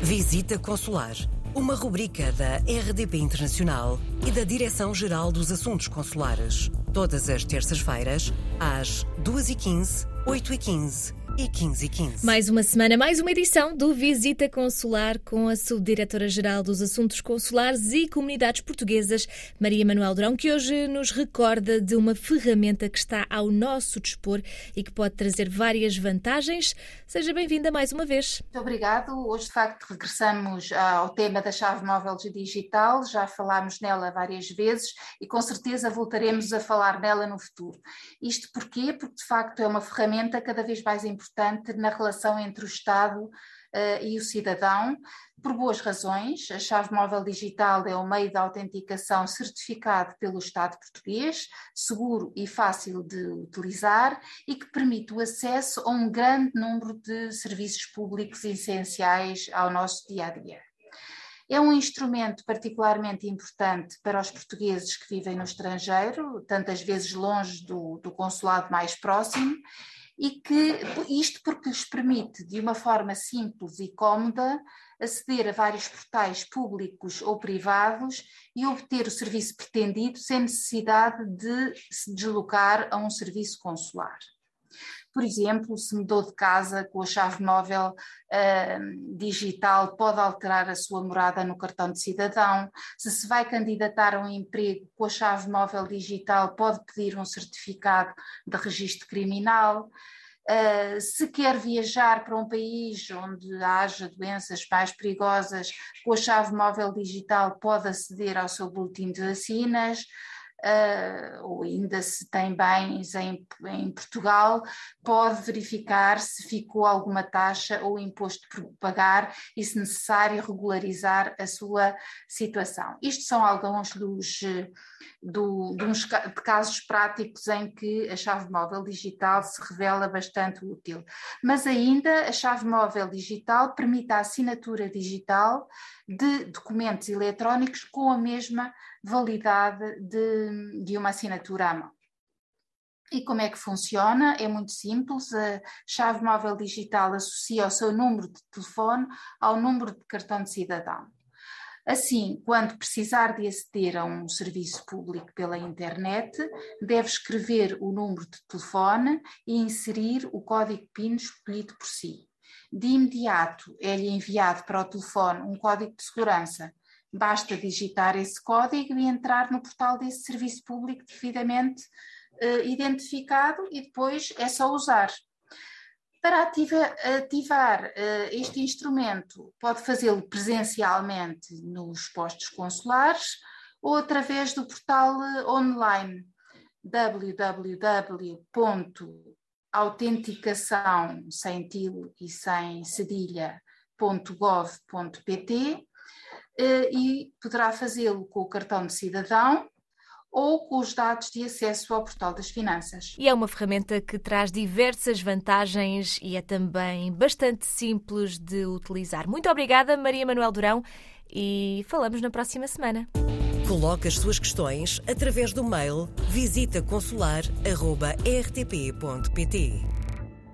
Visita Consular, uma rubrica da RDP Internacional e da Direção-Geral dos Assuntos Consulares. Todas as terças-feiras, às 2h15, 8h15 e 15h15. Mais uma semana, mais uma edição do Visita Consular com a Subdiretora-Geral dos Assuntos Consulares e Comunidades Portuguesas, Maria Manuel Durão, que hoje nos recorda de uma ferramenta que está ao nosso dispor e que pode trazer várias vantagens. Seja bem-vinda mais uma vez. Muito obrigado. Hoje, de facto, regressamos ao tema da chave móvel digital. Já falámos nela várias vezes e com certeza voltaremos a falar nela no futuro. Isto porquê? Porque, de facto, é uma ferramenta cada vez mais importante na relação entre o Estado e o cidadão, por boas razões. A chave móvel digital é um meio de autenticação certificado pelo Estado português, seguro e fácil de utilizar e que permite o acesso a um grande número de serviços públicos essenciais ao nosso dia-a-dia. É um instrumento particularmente importante para os portugueses que vivem no estrangeiro, tantas vezes longe do consulado mais próximo, e que isto porque lhes permite, de uma forma simples e cómoda, aceder a vários portais públicos ou privados e obter o serviço pretendido sem necessidade de se deslocar a um serviço consular. Por exemplo, se mudou de casa com a chave móvel digital, pode alterar a sua morada no cartão de cidadão. Se vai candidatar a um emprego com a chave móvel digital, pode pedir um certificado de registro criminal. Se quer viajar para um país onde haja doenças mais perigosas, com a chave móvel digital pode aceder ao seu boletim de vacinas. Ou ainda se tem bens em Portugal, pode verificar se ficou alguma taxa ou imposto por pagar e, se necessário, regularizar a sua situação. Isto são alguns de casos práticos em que a chave móvel digital se revela bastante útil. Mas ainda a chave móvel digital permite a assinatura digital de documentos eletrónicos com a mesma validade de uma assinatura à mão. E como é que funciona? É muito simples. A chave móvel digital associa o seu número de telefone ao número de cartão de cidadão. Assim, quando precisar de aceder a um serviço público pela internet, deve escrever o número de telefone e inserir o código PIN escolhido por si. De imediato é-lhe enviado para o telefone um código de segurança. Basta digitar esse código e entrar no portal desse serviço público devidamente identificado e depois é só usar. Para ativar este instrumento, pode fazê-lo presencialmente nos postos consulares ou através do portal online www.autenticação sem til e sem cedilha.gov.pt e poderá fazê-lo com o cartão de cidadão ou com os dados de acesso ao portal das finanças. E é uma ferramenta que traz diversas vantagens e é também bastante simples de utilizar. Muito obrigada, Maria Manuel Durão, e falamos na próxima semana. Coloque as suas questões através do mail visitaconsular@rtp.pt.